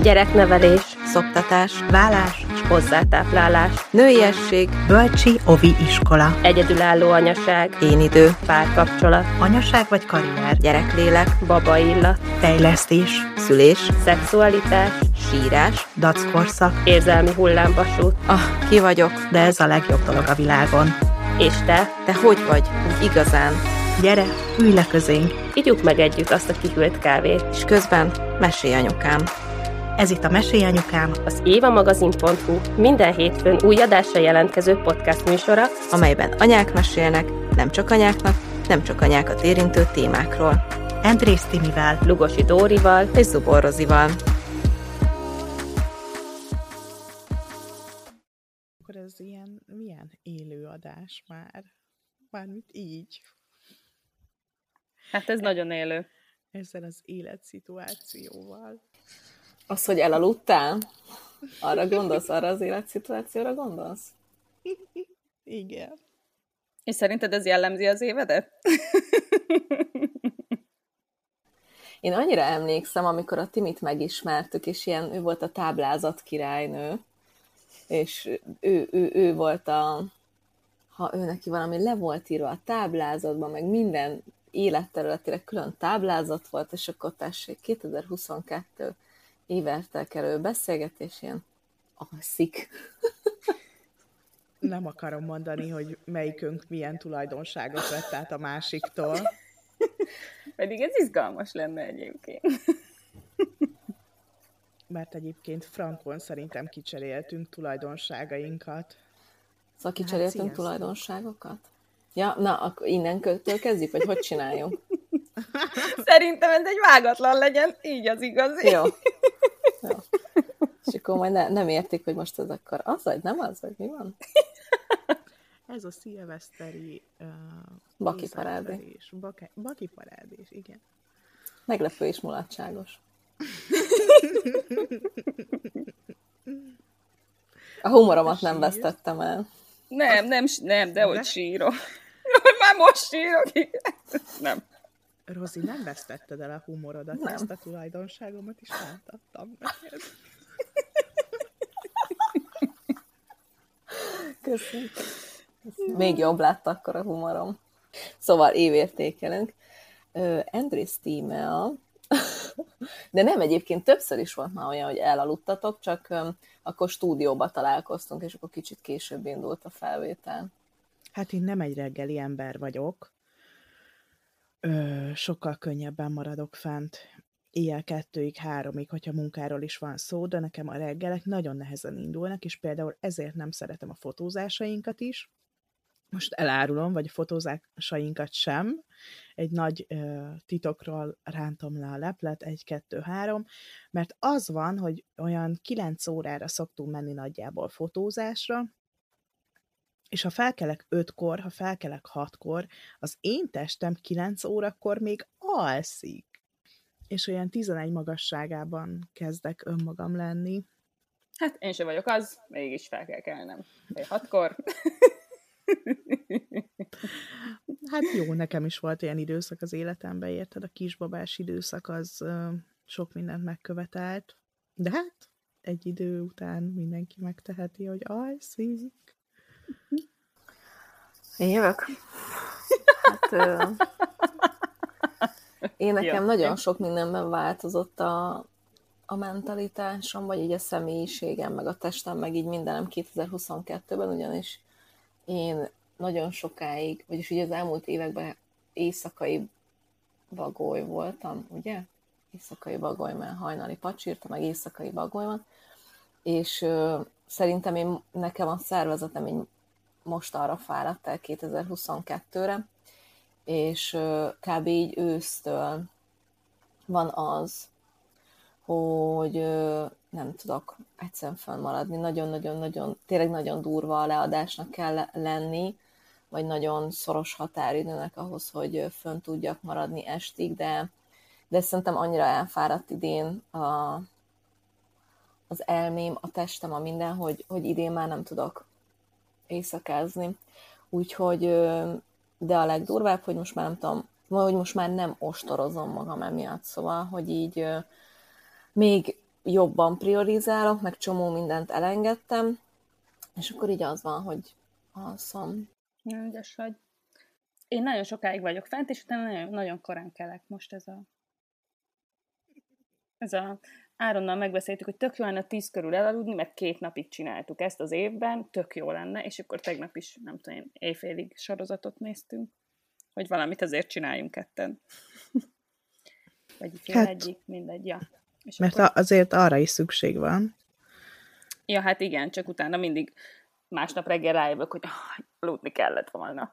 Gyereknevelés, szoptatás, vállás, hozzátáplálás, nőiesség, bölcsi ovi iskola, egyedülálló anyaság, énidő, párkapcsolat, anyaság vagy karrier, gyereklélek, baba illat, fejlesztés, szülés, szexualitás, sírás, dackorszak, érzelmi hullámvasút. Ki vagyok, de ez a legjobb dolog a világon. És te? Te hogy vagy? Úgy igazán? Gyere, ülj le közénk. Igyuk meg együtt azt a kihűlt kávét. És közben mesélj anyukám. Ez itt a Mesélj Anyukám, az évamagazin.hu minden hétfőn új adásra jelentkező podcast műsora, amelyben anyák mesélnek, nem csak anyáknak, nem csak anyákat érintő témákról. Andrész Timivel, Lugosi Dórival és Zubor Rozival. Akkor ez milyen élő adás már? Mármint így. Hát ez nagyon élő. Ezzel az életszituációval. Az, hogy elaludtál? Arra gondolsz? Arra az életszituációra gondolsz? Igen. És szerinted ez jellemzi az évedet? Én annyira emlékszem, amikor a Timit megismertük, és ő volt a táblázat királynő, és ő volt ha ő neki valami le volt írva a táblázatban, meg minden életterületére külön táblázat volt, és akkor tessék, 2022 éveltelkelő beszélgetésén alszik. Nem akarom mondani, hogy melyikünk milyen tulajdonságot vett át a másiktól. Pedig ez izgalmas lenne egyébként. Mert egyébként frankon szerintem kicseréltünk tulajdonságainkat. Szóval kicseréltünk tulajdonságokat? Ja, na, akkor innentől kezdjük, vagy hogy csináljuk? Szerintem ez egy vágatlan legyen, így az igazi. Jó. És akkor majd nem értik, hogy most ez akkor az vagy, nem az vagy, mi van? Ez a szilveszteri Baki parádé. Baki parádés, igen. Meglepő és mulatságos. A humoromat nem vesztettem el. Nem, de hogy sírok. Már most sírok. Nem. Rozi, nem vesztetted el a humorodat, nem. Ezt a tulajdonságomat is átadtam neked. Köszönöm. Még jobb lett akkor a humorom. Szóval évértékelünk. Andrész Tímea, de nem, egyébként többször is volt már olyan, hogy elaludtatok, csak akkor stúdióba találkoztunk, és akkor kicsit később indult a felvétel. Hát én nem egy reggeli ember vagyok. Sokkal könnyebben maradok fent éjjel 2-ig, 3-ig, hogyha munkáról is van szó, de nekem a reggelek nagyon nehezen indulnak, és például ezért nem szeretem a fotózásainkat is. Most elárulom, vagy a fotózásainkat sem. Egy nagy titokról rántom le a leplet, 1, 2, 3, mert az van, hogy olyan 9 órára szoktunk menni nagyjából fotózásra, és ha felkelek 5-kor, ha felkelek 6-kor, az én testem 9 órakor még alszik. És olyan 11 magasságában kezdek önmagam lenni. Hát én sem vagyok az, mégis fel kell kelnem. 6-kor. Hát jó, nekem is volt ilyen időszak az életemben, érted? A kisbabás időszak az sok mindent megkövetelt. De hát egy idő után mindenki megteheti, hogy alszik. Én jövök? Hát, én nekem nagyon sok mindenben változott a mentalitásom, vagy így a személyiségem, meg a testem, meg így mindenem 2022-ben, ugyanis én nagyon sokáig, vagyis ugye az elmúlt években éjszakai bagoly voltam, ugye? Éjszakai bagoly, mert hajnali pacsírta, meg éjszakai bagoly van, és szerintem nekem a szervezetem így most arra fáradt el 2022-re, és kb. Így ősztől van az, hogy nem tudok egyszerűen fennmaradni. Nagyon-nagyon-nagyon, tényleg nagyon durva a leadásnak kell lenni, vagy nagyon szoros határidőnek ahhoz, hogy fönn tudjak maradni estig, de szerintem annyira elfáradt idén az elmém, a testem, a minden, hogy idén már nem tudok éjszakázni. Úgyhogy, de a legdurvább, hogy most már nem tudom, hogy most már nem ostorozom magam emiatt, szóval, hogy így még jobban priorizálok, meg csomó mindent elengedtem, és akkor így az van, hogy alszom. Ügyes vagy. Én nagyon sokáig vagyok fent, és utána nagyon, nagyon korán kelek most ez a Áronnal megbeszéltük, hogy tök jó lenne 10 körül elaludni, mert 2 napig csináltuk ezt az évben, tök jó lenne, és akkor tegnap is, nem tudom, éjfélig sorozatot néztünk, hogy valamit azért csináljunk ketten. Vagy fél egyik, mindegy, ja. És mert akkor... azért arra is szükség van. Ja, hát igen, csak utána mindig másnap reggel rájövök, hogy aludni kellett volna.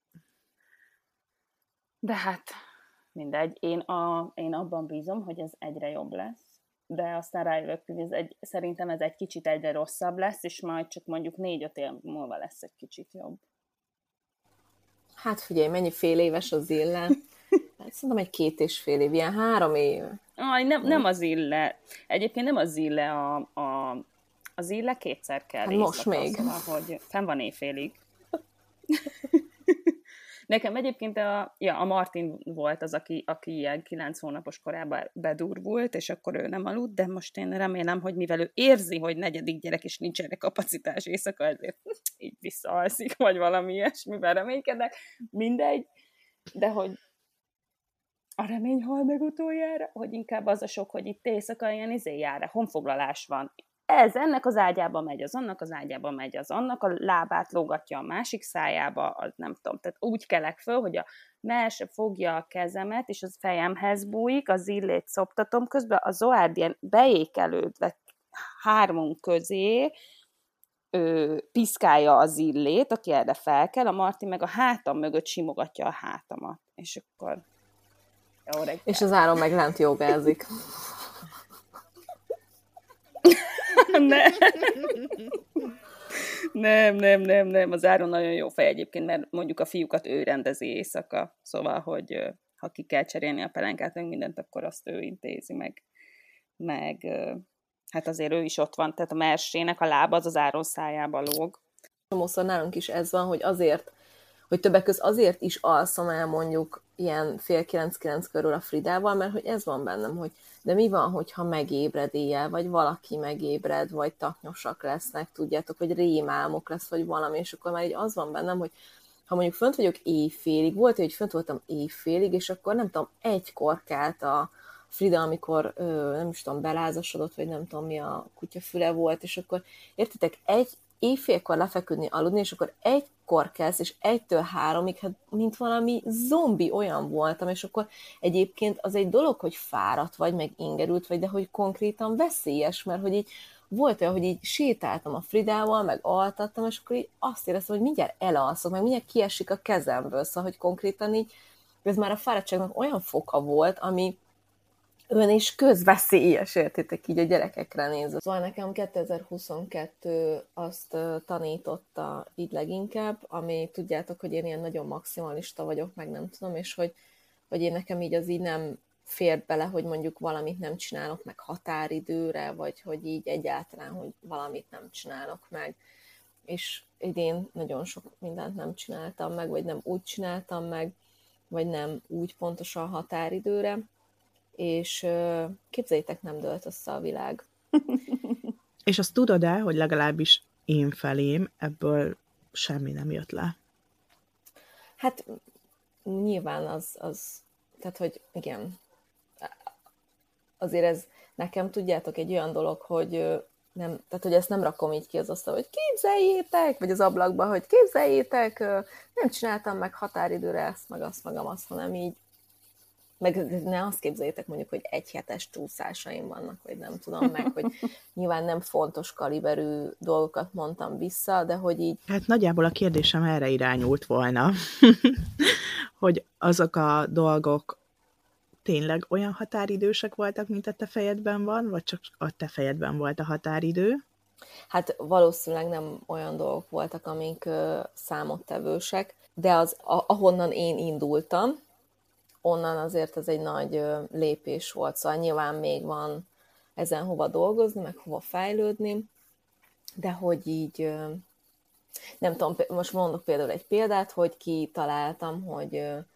De hát mindegy, én abban bízom, hogy ez egyre jobb lesz, de aztán rájövök, hogy szerintem ez egy kicsit egyre rosszabb lesz, és majd csak mondjuk 4-5 év múlva lesz egy kicsit jobb. Hát figyelj, mennyi fél éves az Ille? Szerintem egy 2,5 év, ilyen 3 év. Nem az Ille. Egyébként nem az Ille az Ille 2-szer kell hát most még. Szóval, hogy fenn van éjfélig. Nekem egyébként a Martin volt az, aki ilyen 9 hónapos korában bedurvult, és akkor ő nem aludt, de most én remélem, hogy mivel ő érzi, hogy 4. gyerek, és nincs erre kapacitás éjszaka, ezért így visszaalszik, vagy valami ilyesmivel reménykedek. Mindegy, de hogy a remény hal meg utoljára, hogy inkább az a sok, hogy itt éjszaka ilyen jár, honfoglalás van. Ez ennek az ágyába megy, az annak az ágyába megy, az annak a lábát lógatja a másik szájába, az nem tudom. Tehát úgy kelek föl, hogy a Melse fogja a kezemet, és az fejemhez bújik, az Illét szoptatom, közben a Zoárd ilyen beékelődve 3 közé piszkálja az Illét, aki erre felkel, a Marti meg a hátam mögött simogatja a hátamat. És akkor jó reggel. És az Áron meg lent jogázik. Nem. Az Áron nagyon jó fej egyébként, mert mondjuk a fiúkat ő rendezi éjszaka, szóval, hogy ha ki kell cserélni a pelenkát, meg mindent, akkor azt ő intézi, meg hát azért ő is ott van, tehát a Mersének a lába az Áron szájába lóg. Csomószor nálunk is ez van, hogy azért, hogy többek között azért is alszom el mondjuk ilyen 8:30-9 körül a Fridával, mert hogy ez van bennem, hogy de mi van, hogyha megébred éjjel, vagy valaki megébred, vagy taknyosak lesznek, tudjátok, vagy rémálmok lesz, vagy valami, és akkor már így az van bennem, hogy ha mondjuk fönt vagyok éjfélig, volt, hogy fönt voltam éjfélig, és akkor nem tudom, 1-kor kelt a Frida, amikor nem is tudom, belázasodott, vagy nem tudom mi a kutyafüle volt, és akkor értitek, éjfélkor lefeküdni, aludni, és akkor 1-kor kelsz, és 1-től 3-ig, hát mint valami zombi olyan voltam, és akkor egyébként az egy dolog, hogy fáradt vagy, meg ingerült vagy, de hogy konkrétan veszélyes, mert hogy így volt olyan, hogy így sétáltam a Fridával, meg altattam, és akkor így azt éreztem, hogy mindjárt elalszok, meg mindjárt kiesik a kezemből, szóval, hogy konkrétan így, ez már a fáradtságnak olyan foka volt, ami ön is közveszélyes, értitek így a gyerekekre nézve. Szóval nekem 2022 azt tanította így leginkább, ami tudjátok, hogy én ilyen nagyon maximalista vagyok, meg nem tudom, és hogy én nekem így az így nem fér bele, hogy mondjuk valamit nem csinálok meg határidőre, vagy hogy így egyáltalán, hogy valamit nem csinálok meg. És idén nagyon sok mindent nem csináltam meg, vagy nem úgy csináltam meg, vagy nem úgy pontosan határidőre, és képzeljétek, nem dőlt össze a világ. És azt tudod el, hogy legalábbis én felém ebből semmi nem jött le? Hát nyilván az tehát, hogy igen, azért ez nekem, tudjátok, egy olyan dolog, hogy nem, tehát, hogy ezt nem rakom így ki az asztal, hogy képzeljétek, vagy az ablakba, hogy képzeljétek, nem csináltam meg határidőre ezt, meg azt, hanem így, meg ne azt képzeljétek mondjuk, hogy 1 hetes csúszásaim vannak, vagy nem tudom meg, hogy nyilván nem fontos kaliberű dolgokat mondtam vissza, de hogy így... Hát nagyjából a kérdésem erre irányult volna, hogy azok a dolgok tényleg olyan határidősek voltak, mint a te fejedben van, vagy csak a te fejedben volt a határidő? Hát valószínűleg nem olyan dolgok voltak, amik számottevősek, de ahonnan én indultam, onnan azért ez egy nagy lépés volt, szóval nyilván még van ezen hova dolgozni, meg hova fejlődni, de hogy így, nem tudom, most mondok például egy példát, hogy kitaláltam,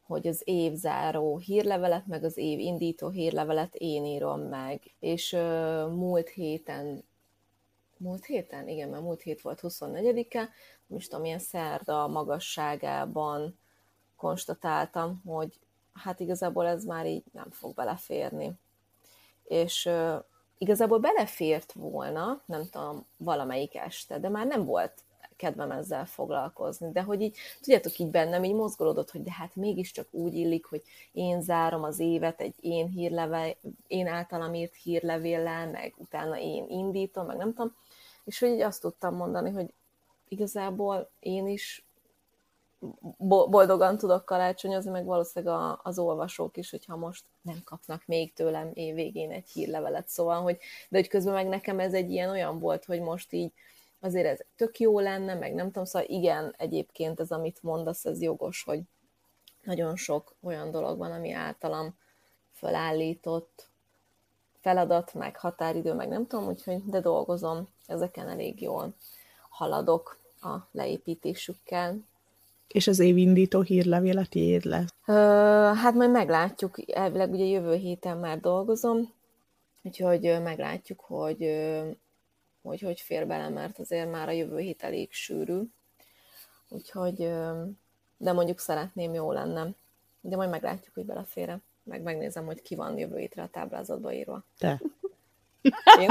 hogy az évzáró hírlevelet, meg az év indító hírlevelet én írom meg. És múlt héten, igen, mert múlt hét volt 24-e, most tudom, ilyen szerda magasságában konstatáltam, hogy hát igazából ez már így nem fog beleférni. És igazából belefért volna, nem tudom, valamelyik este, de már nem volt kedvem ezzel foglalkozni, de hogy így, tudjátok, így bennem így mozgolódott, hogy de hát mégiscsak úgy illik, hogy én zárom az évet egy én általam írt hírlevéllel, meg utána én indítom, meg nem tudom, és hogy így azt tudtam mondani, hogy igazából én is boldogan tudok karácsonyozni, meg valószínűleg az olvasók is, hogyha most nem kapnak még tőlem évvégén egy hírlevelet, szóval, de hogy közben meg nekem ez egy ilyen olyan volt, hogy most így azért ez tök jó lenne, meg nem tudom, szóval igen, egyébként ez, amit mondasz, ez jogos, hogy nagyon sok olyan dolog van, ami általam felállított feladat, meg határidő, meg nem tudom, úgyhogy de dolgozom, ezeken elég jól haladok a leépítésükkel. És az évindító hírlevélet tiéd lesz? Hát majd meglátjuk, elvileg ugye jövő héten már dolgozom, úgyhogy meglátjuk, hogy fér bele, mert azért már a jövő hét elég sűrű, úgyhogy, de mondjuk szeretném, jó lenne, de majd meglátjuk, hogy belefér-e, meg megnézem, hogy ki van jövő hétre a táblázatba írva. Te. Én?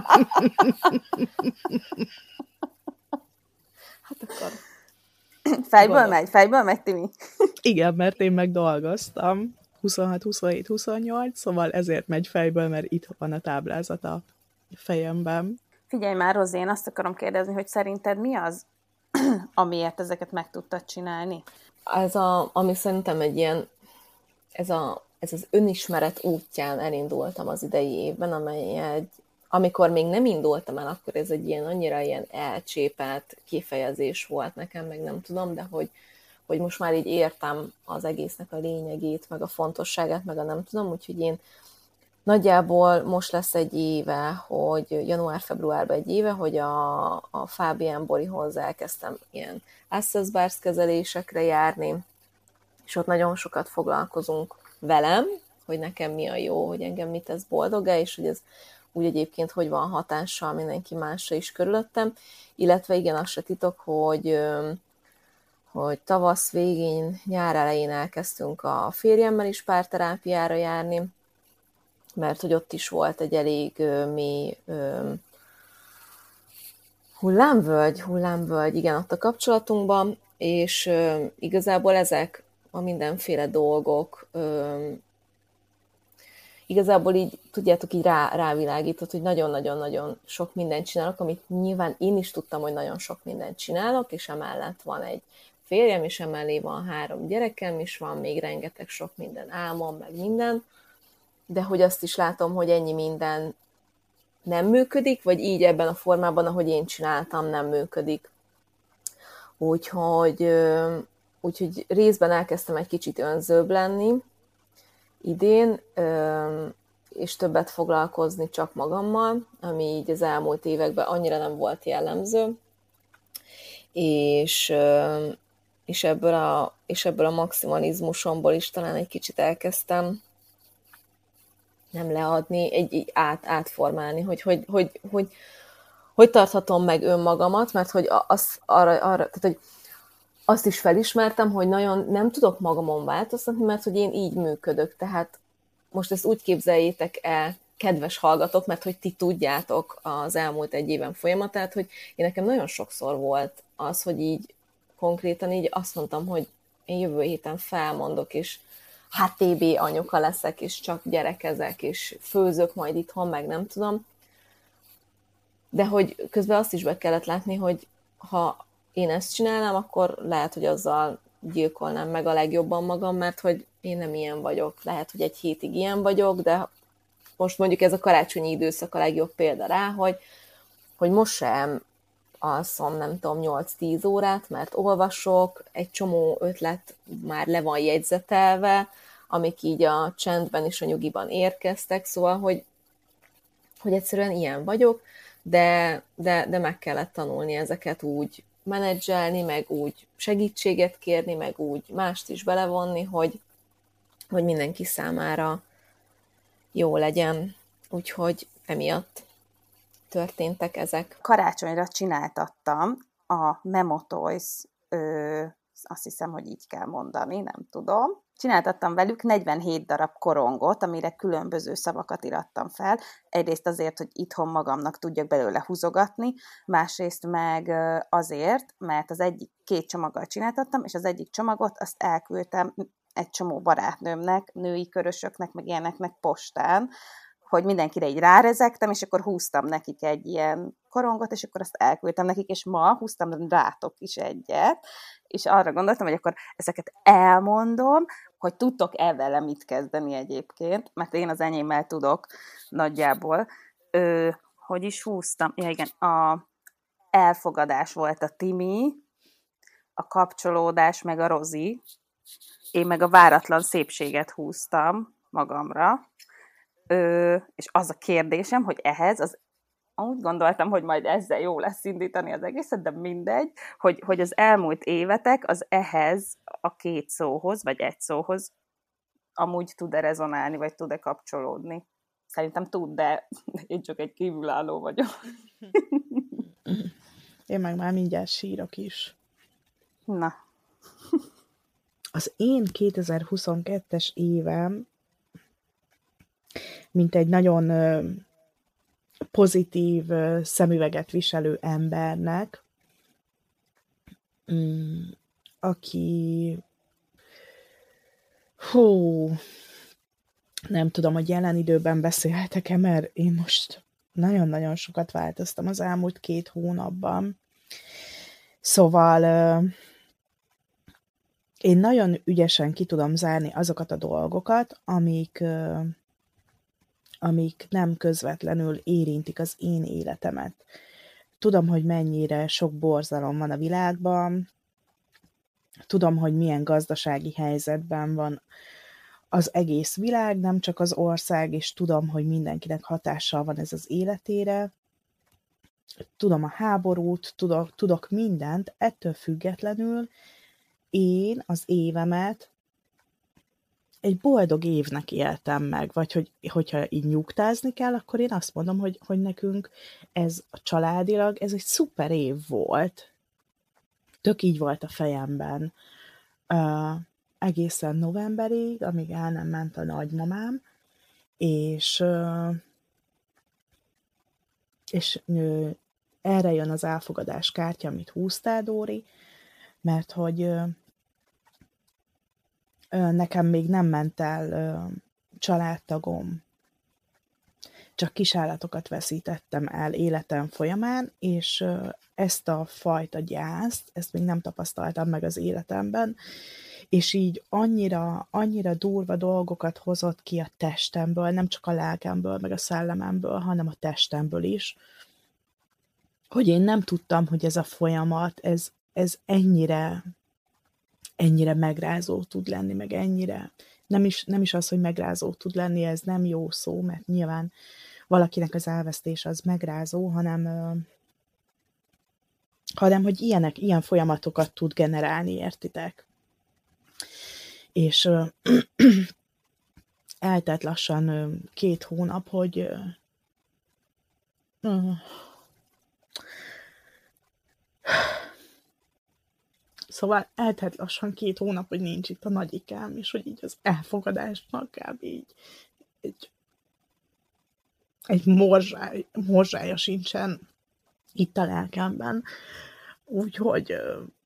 Hát akkor... Fejből megy, Timi? Igen, mert én meg dolgoztam 26, 27, 28, szóval ezért megy fejből, mert itt van a táblázat a fejemben. Figyelj már, Rozi, én azt akarom kérdezni, hogy szerinted mi az, amiért ezeket meg tudtad csinálni? Ami szerintem egy ilyen, ez az önismeret útján elindultam az idei évben, amikor még nem indultam el, akkor ez egy ilyen annyira ilyen elcsépelt kifejezés volt nekem, meg nem tudom, de hogy most már így értem az egésznek a lényegét, meg a fontosságát, meg a nem tudom, úgyhogy én nagyjából most lesz egy éve, hogy január-februárban egy éve, hogy a Fabian Borihoz elkezdtem ilyen Access Bars kezelésekre járni, és ott nagyon sokat foglalkozunk velem, hogy nekem mi a jó, hogy engem mit tesz boldoggá, és hogy ez úgy egyébként hogy van hatással mindenki másra is körülöttem, illetve igen, az se titok, hogy tavasz végén, nyár elején elkezdtünk a férjemmel is párterápiára járni, mert hogy ott is volt egy elég mély hullámvölgy, igen, ott a kapcsolatunkban, és igazából ezek a mindenféle dolgok igazából így, tudjátok, így rávilágított, hogy nagyon-nagyon-nagyon sok mindent csinálok, amit nyilván én is tudtam, hogy nagyon sok mindent csinálok, és emellett van egy férjem, és emellé van 3 gyerekem, és van még rengeteg sok minden álmom, meg minden, de hogy azt is látom, hogy ennyi minden nem működik, vagy így ebben a formában, ahogy én csináltam, nem működik. Úgyhogy részben elkezdtem egy kicsit önzőbb lenni idén, és többet foglalkozni csak magammal, ami így az elmúlt években annyira nem volt jellemző, és ebből a maximalizmusomból is talán egy kicsit elkezdtem nem leadni, egy átformálni, hogy tarthatom meg önmagamat, mert hogy tehát, hogy azt is felismertem, hogy nagyon nem tudok magamon változtatni, mert hogy én így működök. Tehát most ezt úgy képzeljétek el, kedves hallgatók, mert hogy ti tudjátok az elmúlt egy éven folyamatát, hogy én nekem nagyon sokszor volt az, hogy így konkrétan így azt mondtam, hogy én jövő héten felmondok, és HTB anyuka leszek, és csak gyerekezek, és főzök majd itthon, meg nem tudom. De hogy közben azt is be kellett látni, hogy ha én ezt csinálnám, akkor lehet, hogy azzal gyilkolnám meg a legjobban magam, mert hogy én nem ilyen vagyok. Lehet, hogy egy hétig ilyen vagyok, de most mondjuk ez a karácsonyi időszak a legjobb példa rá, hogy most sem alszom, nem tudom, 8-10 órát, mert olvasok, egy csomó ötlet már le van jegyzetelve, amik így a csendben és a nyugiban érkeztek, szóval, hogy egyszerűen ilyen vagyok, de meg kellett tanulni ezeket úgy menedzselni, meg úgy segítséget kérni, meg úgy mást is belevonni, hogy mindenki számára jó legyen. Úgyhogy emiatt történtek ezek. Karácsonyra csináltattam a Memotoys, azt hiszem, hogy így kell mondani, nem tudom. Csináltattam velük 47 darab korongot, amire különböző szavakat irattam fel. Egyrészt azért, hogy itthon magamnak tudjak belőle húzogatni, másrészt meg azért, mert az egyik 2 csomaggal csináltattam, és az egyik csomagot azt elküldtem egy csomó barátnőmnek, női körösöknek, meg ilyeneknek postán, hogy mindenkire így rárezektem, és akkor húztam nekik egy ilyen korongot, és akkor azt elküldtem nekik, és ma húztam rátok is egyet, és arra gondoltam, hogy akkor ezeket elmondom, hogy tudtok-e vele mit kezdeni egyébként, mert én az enyémmel tudok nagyjából. Hogy is húztam? Ja, igen, a elfogadás volt a Timi, a kapcsolódás meg a Rozi, én meg a váratlan szépséget húztam magamra, és az a kérdésem, hogy ehhez, úgy gondoltam, hogy majd ezzel jó lesz indítani az egészet, de mindegy, hogy az elmúlt évetek az ehhez a 2 szóhoz, vagy egy szóhoz amúgy tud-e rezonálni, vagy tud-e kapcsolódni. Szerintem tud, de én csak egy kívülálló vagyok. Én meg már mindjárt sírok is. Na. Az én 2022-es évem, mint egy nagyon pozitív szemüveget viselő embernek, aki nem tudom, hogy jelen időben beszélhetek-e, mert én most nagyon-nagyon sokat változtam az elmúlt 2 hónapban. Szóval én nagyon ügyesen ki tudom zárni azokat a dolgokat, amik nem közvetlenül érintik az én életemet. Tudom, hogy mennyire sok borzalom van a világban, tudom, hogy milyen gazdasági helyzetben van az egész világ, nem csak az ország, és tudom, hogy mindenkinek hatással van ez az életére. Tudom a háborút, tudok mindent, ettől függetlenül én az évemet egy boldog évnek éltem meg, vagy hogyha így nyugtázni kell, akkor én azt mondom, hogy nekünk ez családilag, ez egy szuper év volt. Tök így volt a fejemben. Egészen novemberig, amíg el nem ment a nagymamám, és erre jön az elfogadás kártya, amit húztál, Dóri, mert hogy nekem még nem ment el családtagom, csak kisállatokat veszítettem el életem folyamán, és ezt a fajta gyászt, ezt még nem tapasztaltam meg az életemben, és így annyira durva dolgokat hozott ki a testemből, nem csak a lelkemből, meg a szellememből, hanem a testemből is, hogy én nem tudtam, hogy ez a folyamat, ez ennyire megrázó tud lenni, meg ennyire, nem is az, hogy megrázó tud lenni, ez nem jó szó, mert nyilván valakinek az elvesztés az megrázó, hanem hogy ilyen folyamatokat tud generálni, értitek? És eltelt lassan 2 hónap, hogy szóval eltelt lassan 2 hónap, hogy nincs itt a nagyikám, és hogy így az elfogadásnak kb. Így egy morzsája sincsen itt a lelkemben. Úgyhogy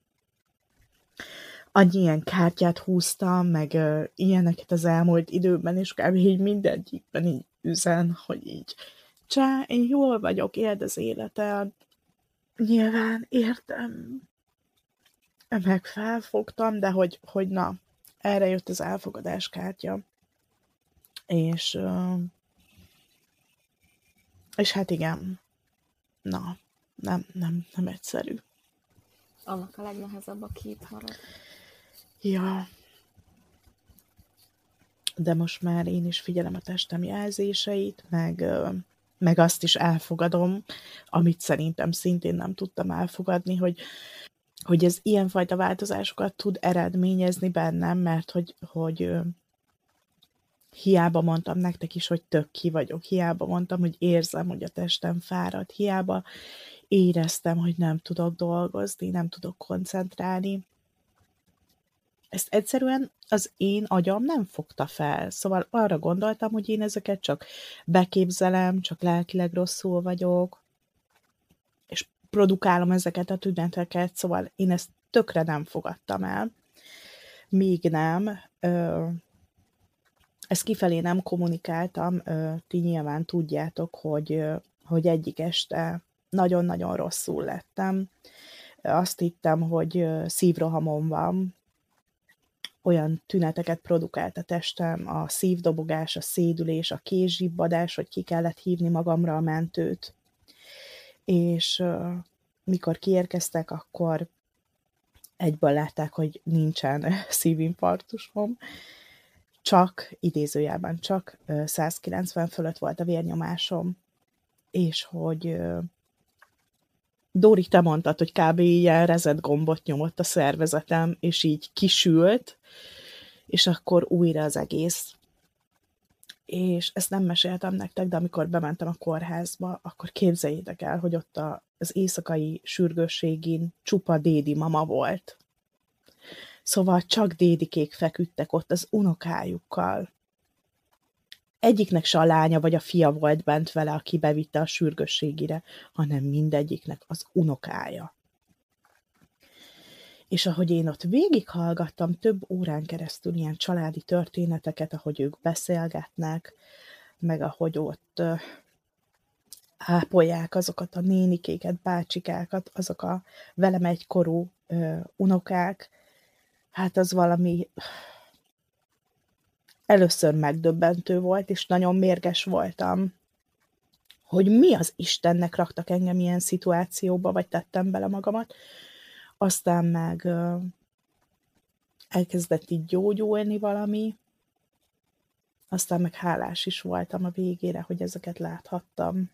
annyi ilyen kártyát húztam, meg ilyeneket az elmúlt időben, és kb. Így mindegyikben így üzen, hogy így csá, én jól vagyok, éld az életed. Nyilván értem, meg felfogtam, de hogy na, erre jött az elfogadás kártya. És hát igen, na, nem egyszerű. Annak a legnehezebb, aki itt marad. Ja. De most már én is figyelem a testem jelzéseit, meg meg azt is elfogadom, amit szerintem szintén nem tudtam elfogadni, hogy ez ilyenfajta változásokat tud eredményezni bennem, mert hogy hiába mondtam nektek is, hogy tök ki vagyok, hiába mondtam, hogy érzem, hogy a testem fárad, hiába éreztem, hogy nem tudok dolgozni, nem tudok koncentrálni. Ezt egyszerűen az én agyam nem fogta fel. Szóval arra gondoltam, hogy én ezeket csak beképzelem, csak lelkileg rosszul vagyok, és produkálom ezeket a tüneteket, szóval én ezt tökre nem fogadtam el. Míg nem, ezt kifelé nem kommunikáltam, ti nyilván tudjátok, hogy egyik este nagyon-nagyon rosszul lettem. Azt hittem, hogy szívrohamom van, olyan tüneteket produkált a testem, a szívdobogás, a szédülés, a kézzsibbadás, hogy ki kellett hívni magamra a mentőt. És mikor kiérkeztek, akkor egyből látták, hogy nincsen szívinfarktusom. Csak, idézőjelben csak 190 fölött volt a vérnyomásom, és hogy Dóri, te mondtad, hogy kb. Ilyen reset gombot nyomott a szervezetem, és így kisült, és akkor újra az egész. És ezt nem meséltem nektek, de amikor bementem a kórházba, akkor képzeljétek el, hogy ott az éjszakai sürgősségén csupa dédi mama volt. Szóval csak dédikék feküdtek ott az unokájukkal. Egyiknek se a lánya vagy a fia volt bent vele, aki bevitte a sürgősségire, hanem mindegyiknek az unokája. És ahogy én ott végighallgattam több órán keresztül ilyen családi történeteket, ahogy ők beszélgetnek, meg ahogy ott ápolják azokat a nénikéket, bácsikákat, azok a velem egykorú unokák, hát az valami először megdöbbentő volt, és nagyon mérges voltam, hogy mi az Istennek raktak engem ilyen szituációba, vagy tettem bele magamat. Aztán meg elkezdett így gyógyulni valami, aztán meg hálás is voltam a végére, hogy ezeket láthattam.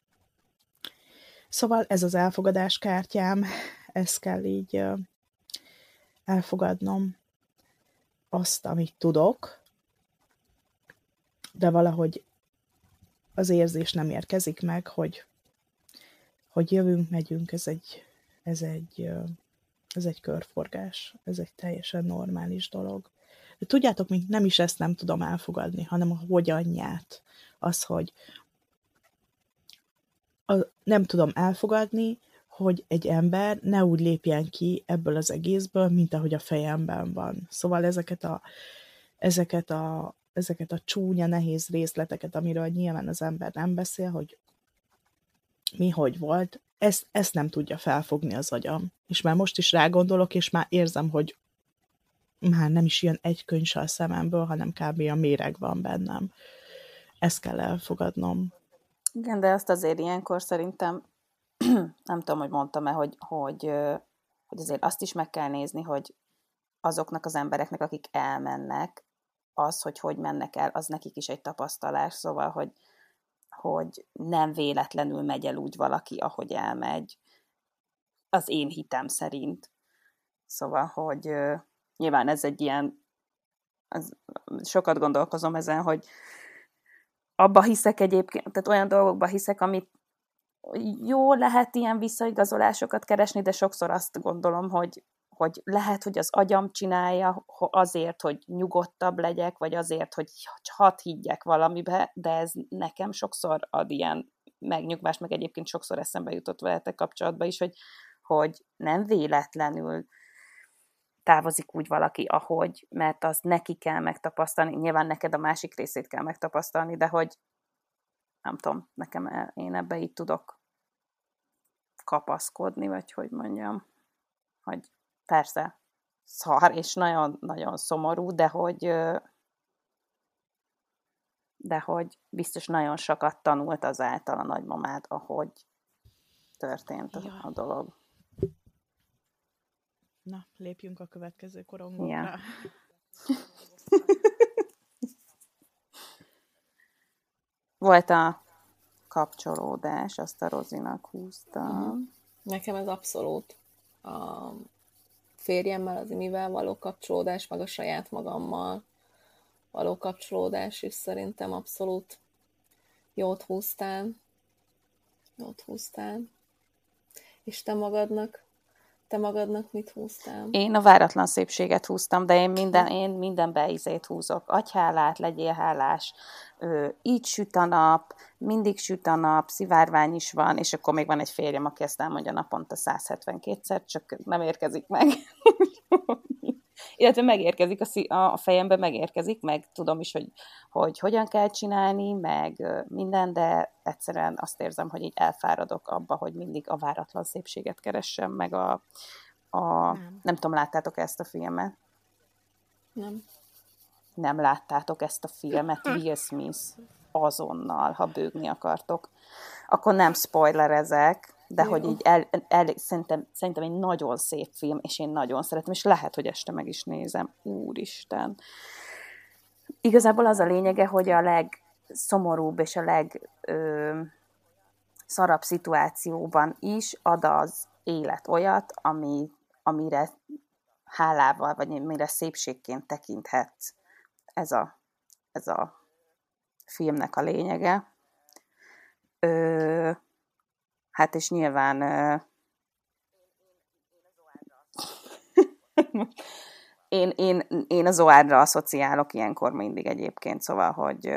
Szóval ez az elfogadás kártyám, ezt kell így elfogadnom, azt, amit tudok, de valahogy az érzés nem érkezik meg, hogy jövünk, megyünk, ez egy körforgás, ez egy teljesen normális dolog. De tudjátok, még nem is ezt nem tudom elfogadni, hanem a hogyanját. Az, hogy nem tudom elfogadni, hogy egy ember ne úgy lépjen ki ebből az egészből, mint ahogy a fejemben van. Szóval ezeket a csúnya, nehéz részleteket, amiről nyilván az ember nem beszél, hogy mi hogy volt, ezt nem tudja felfogni az agyam. És már most is rágondolok, és már érzem, hogy már nem is jön egy könyv a szememből, hanem kb. A méreg van bennem. Ezt kell elfogadnom. Igen, de azt azért ilyenkor szerintem, nem tudom, hogy mondtam-e, hogy azért azt is meg kell nézni, hogy azoknak az embereknek, akik elmennek, az, hogy mennek el, az nekik is egy tapasztalás, szóval, hogy nem véletlenül megy el úgy valaki, ahogy elmegy, az én hitem szerint. Szóval, hogy nyilván ez egy ilyen, sokat gondolkozom ezen, hogy abba hiszek egyébként, tehát olyan dolgokba hiszek, amit jó lehet ilyen visszaigazolásokat keresni, de sokszor azt gondolom, hogy lehet, hogy az agyam csinálja azért, hogy nyugodtabb legyek, vagy azért, hogy hadd higgyek valamibe, de ez nekem sokszor ad ilyen megnyugvást, meg egyébként sokszor eszembe jutott veletek kapcsolatban is, hogy nem véletlenül távozik úgy valaki, ahogy, mert az neki kell megtapasztalni, nyilván neked a másik részét kell megtapasztalni, de hogy nem tudom, nekem én ebbe így tudok kapaszkodni, vagy hogy mondjam, hogy persze szar, és nagyon-nagyon szomorú, de hogy biztos nagyon sokat tanult azáltal a nagymamád, ahogy történt a dolog. Na, lépjünk a következő korongokra. Ja. Volt kapcsolódás, azt a Rozinak húztam. Nekem ez abszolút a férjemmel, az Imivel való kapcsolódás, meg a saját magammal való kapcsolódás is szerintem abszolút jót húztál. És te magadnak mit húztál? Én a váratlan szépséget húztam, de én minden beizét húzok. Adj hálát, legyél hálás. Így süt a nap, mindig süt a nap, szivárvány is van, és akkor még van egy férjem, aki ezt elmondja naponta 172-szer, csak nem érkezik meg. Illetve megérkezik a fejembe, megérkezik, meg tudom is, hogy hogyan kell csinálni, meg minden, de egyszerűen azt érzem, hogy így elfáradok abba, hogy mindig a váratlan szépséget keressem, meg nem tudom, láttátok ezt a filmet? Nem láttátok ezt a filmet? Will Smith azonnal, ha bőgni akartok. Akkor nem spoilerezek, de hogy így szerintem egy nagyon szép film, és én nagyon szeretem, és lehet, hogy este meg is nézem. Úristen! Igazából az a lényege, hogy a legszomorúbb és a legszarabb szituációban is ad az élet olyat, amire hálával, vagy amire szépségként tekinthetsz. Ez a filmnek a lényege. Hát és nyilván én az Zoárra asszociálok ilyenkor mindig egyébként, szóval,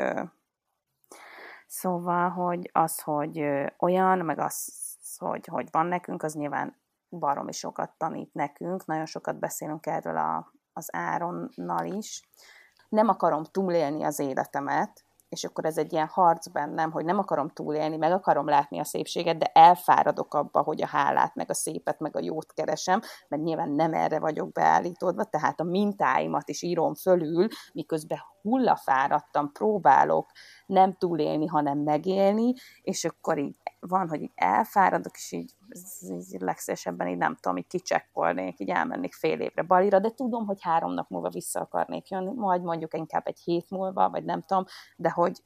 hogy az, hogy olyan, meg az, hogy van nekünk, az nyilván baromi sokat tanít nekünk, nagyon sokat beszélünk erről az Áronnal is. Nem akarom túlélni az életemet, és akkor ez egy ilyen harc bennem, hogy nem akarom túlélni, meg akarom látni a szépséget, de elfáradok abba, hogy a hálát, meg a szépet, meg a jót keresem, mert nyilván nem erre vagyok beállítódva, tehát a mintáimat is írom fölül, miközben hullafáradtam, próbálok nem túlélni, hanem megélni, és akkor így van, hogy így elfáradok, és így legszívesebben így nem tudom, így kicsekkolnék, így elmennék fél évre Balira, de tudom, hogy 3 nap múlva vissza akarnék jönni, majd mondjuk inkább egy hét múlva, vagy nem tudom, de hogy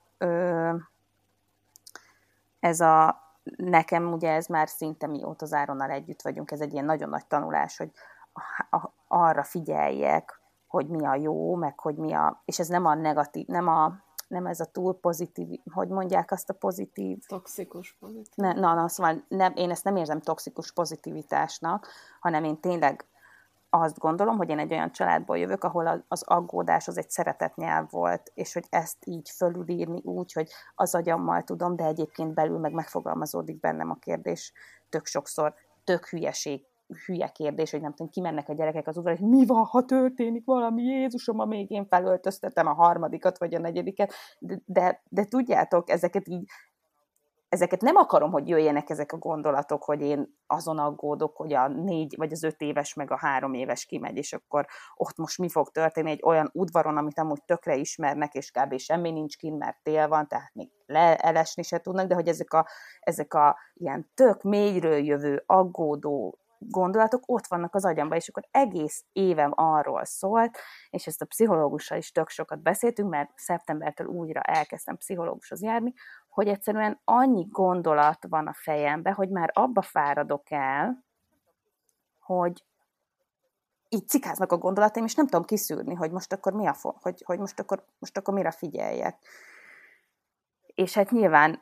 nekem ugye ez már szinte mióta az Áronnal együtt vagyunk, ez egy ilyen nagyon nagy tanulás, hogy arra figyeljek, hogy mi a jó, meg hogy mi és ez nem a negatív, nem ez a túl pozitív, hogy mondják azt a pozitív... Toxikus pozitív. Szóval én ezt nem érzem toxikus pozitivitásnak, hanem én tényleg azt gondolom, hogy én egy olyan családból jövök, ahol az aggódás az egy szeretetnyelv volt, és hogy ezt így fölülírni úgy, hogy az agyammal tudom, de egyébként belül megfogalmazódik bennem a kérdés tök sokszor, tök hülye kérdés, hogy nem tudom, kimennek a gyerekek az udvarra, hogy mi van, ha történik valami, Jézusom, amíg én felöltöztetem a 3. vagy a 4. De tudjátok, ezeket nem akarom, hogy jöjjenek ezek a gondolatok, hogy én azon aggódok, hogy a 4 vagy az 5 éves meg a 3 éves kimegy, és akkor ott most mi fog történni egy olyan udvaron, amit amúgy tökre ismernek, és kb. Semmi nincs kint, mert tél van, tehát még elesni se tudnak, de hogy ezek a ilyen tök mélyről jövő, aggódó gondolatok ott vannak az agyamban, és akkor egész évem arról szólt, és ezt a pszichológussal is tök sokat beszéltünk, mert szeptembertől újra elkezdtem pszichológushoz járni, hogy egyszerűen annyi gondolat van a fejemben, hogy már abba fáradok el, hogy így cikáznak a gondolataim, és nem tudom kiszűrni, hogy most akkor mi hogy most akkor mire figyeljek. És hát nyilván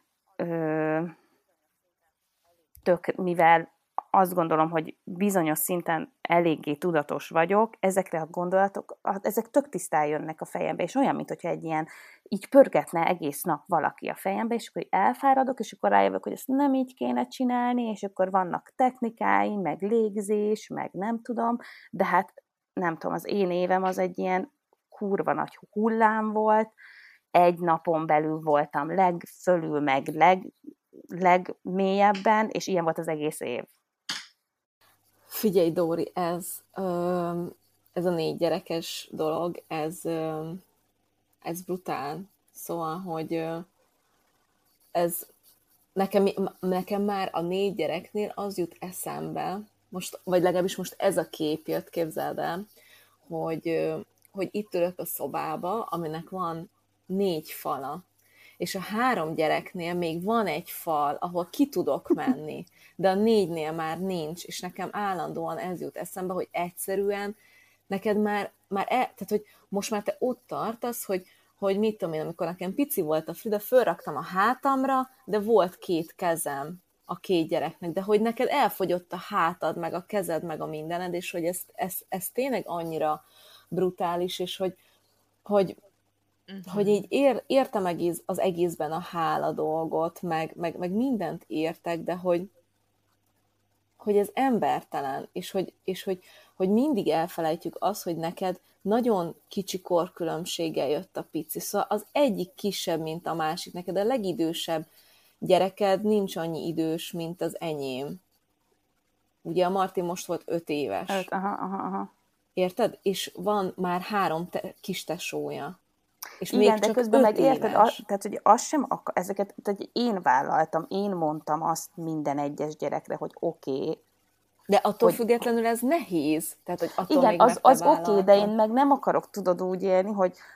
mivel azt gondolom, hogy bizonyos szinten eléggé tudatos vagyok, ezekre a gondolatok, ezek tök tisztán jönnek a fejembe, és olyan, mintha egy ilyen, így pörgetne egész nap valaki a fejembe, és akkor elfáradok, és akkor rájövök, hogy ezt nem így kéne csinálni, és akkor vannak technikái, meg légzés, meg nem tudom, de hát nem tudom, az én évem az egy ilyen kurva nagy hullám volt, egy napon belül voltam legfölül, meg legmélyebben, és ilyen volt az egész év. Figyelj, Dóri, ez a 4 gyerekes dolog, ez brutál. Szóval, hogy ez nekem már a 4 gyereknél az jut eszembe, most, vagy legalábbis most ez a kép jött, képzeld el, hogy itt ülök a szobába, aminek van 4 fala, és a 3 gyereknél még van egy fal, ahol ki tudok menni, de a 4-nél már nincs, és nekem állandóan ez jut eszembe, hogy egyszerűen neked tehát hogy most már te ott tartasz, hogy mit tudom én, amikor nekem pici volt a Frida, fölraktam a hátamra, de volt 2 kezem a 2 gyereknek, de hogy neked elfogyott a hátad, meg a kezed, meg a mindened, és hogy ez tényleg annyira brutális, és hogy így értem az egészben a hála dolgot, meg mindent értek, de hogy ez embertelen, és hogy mindig elfelejtjük azt, hogy neked nagyon kicsi korkülönbséggel jött a pici. Szóval az egyik kisebb, mint a másik. Neked a legidősebb gyereked nincs annyi idős, mint az enyém. Ugye a Martin most volt 5 éves. 5, aha. Érted? És van már 3 kis tesója. És igen, még de csak közben meg érted, éves. tehát hogy az sem ezeket, tehát én vállaltam, én mondtam azt minden egyes gyerekre, hogy oké. De attól függetlenül ez nehéz. Tehát, hogy attól igen, még az oké, de én meg nem akarok, tudod, úgy élni,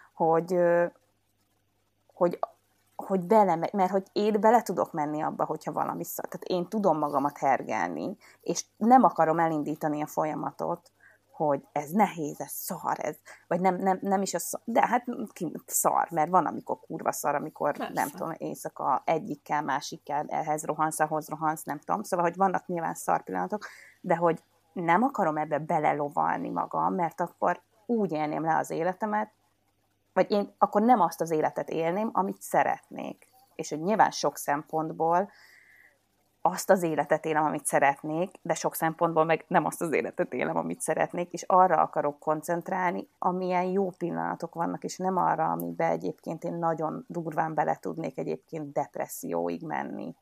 hogy belemegy, mert hogy én bele tudok menni abba, hogyha valami szar. Tehát én tudom magamat hergelni, és nem akarom elindítani a folyamatot, hogy ez nehéz, ez szar, ez, vagy nem is a szar, de hát szar, mert van, amikor kurva szar, amikor persze. Nem tudom, éjszaka egyikkel, másikkel ehhez rohansz, ahhoz rohansz, nem tudom, szóval, hogy vannak nyilván szar pillanatok, de hogy nem akarom ebbe belelovalni magam, mert akkor úgy élném le az életemet, vagy én akkor nem azt az életet élném, amit szeretnék. És hogy nyilván sok szempontból azt az életet élem, amit szeretnék, de sok szempontból meg nem azt az életet élem, amit szeretnék, és arra akarok koncentrálni, amilyen jó pillanatok vannak, és nem arra, amiben egyébként én nagyon durván bele tudnék egyébként depresszióig menni.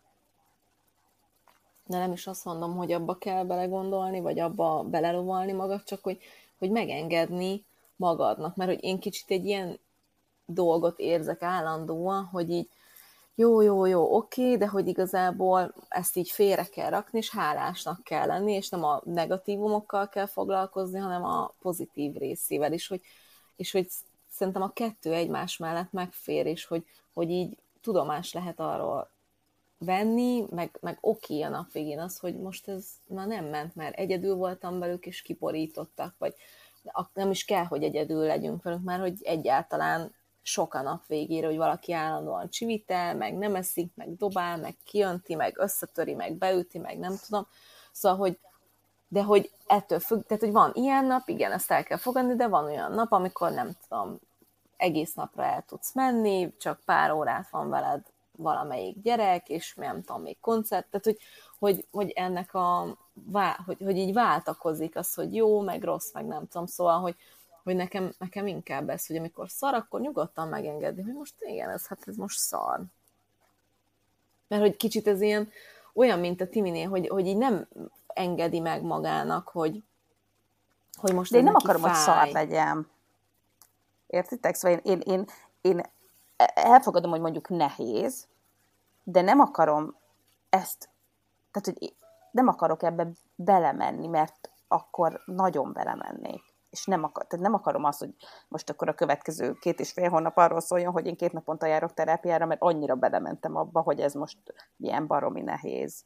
De nem is azt mondom, hogy abba kell belegondolni, vagy abba belelovalni magad, csak hogy megengedni magadnak, mert hogy én kicsit egy ilyen dolgot érzek állandóan, hogy így jó, oké, de hogy igazából ezt így félre kell rakni, és hálásnak kell lenni, és nem a negatívumokkal kell foglalkozni, hanem a pozitív részével is, és hogy szerintem a 2 egymás mellett megfér, és hogy így tudomás lehet arról venni, meg oké a nap végén az, hogy most ez már nem ment, mert egyedül voltam velük, és kiborítottak, vagy nem is kell, hogy egyedül legyünk velük, mert hogy egyáltalán sok a nap végére, hogy valaki állandóan csivitel, meg nem eszik, meg dobál, meg kijönti, meg összetöri, meg beüti, meg nem tudom. Szóval, de hogy ettől függ, tehát, hogy van ilyen nap, igen, ezt el kell fogadni, de van olyan nap, amikor nem tudom, egész napra el tudsz menni, csak pár órát van veled valamelyik gyerek, és nem tudom, még koncert, tehát, hogy ennek hogy így váltakozik az, hogy jó, meg rossz, meg nem tudom, szóval, hogy nekem inkább ez, hogy amikor szar, akkor nyugodtan megengedni, hogy most igen, ez most szar. Mert hogy kicsit ez ilyen olyan, mint a Timinél, hogy így nem engedi meg magának, hogy most de én nem neki akarom, fáj. hogy szar legyen. Értitek? Szóval én elfogadom, hogy mondjuk nehéz, de nem akarom ezt, tehát hogy nem akarok ebbe belemenni, mert akkor nagyon belemennék. És nem akarom azt, hogy most akkor a következő 2,5 hónap arról szóljon, hogy én 2 naponta járok terápiára, mert annyira belementem abba, hogy ez most ilyen baromi nehéz.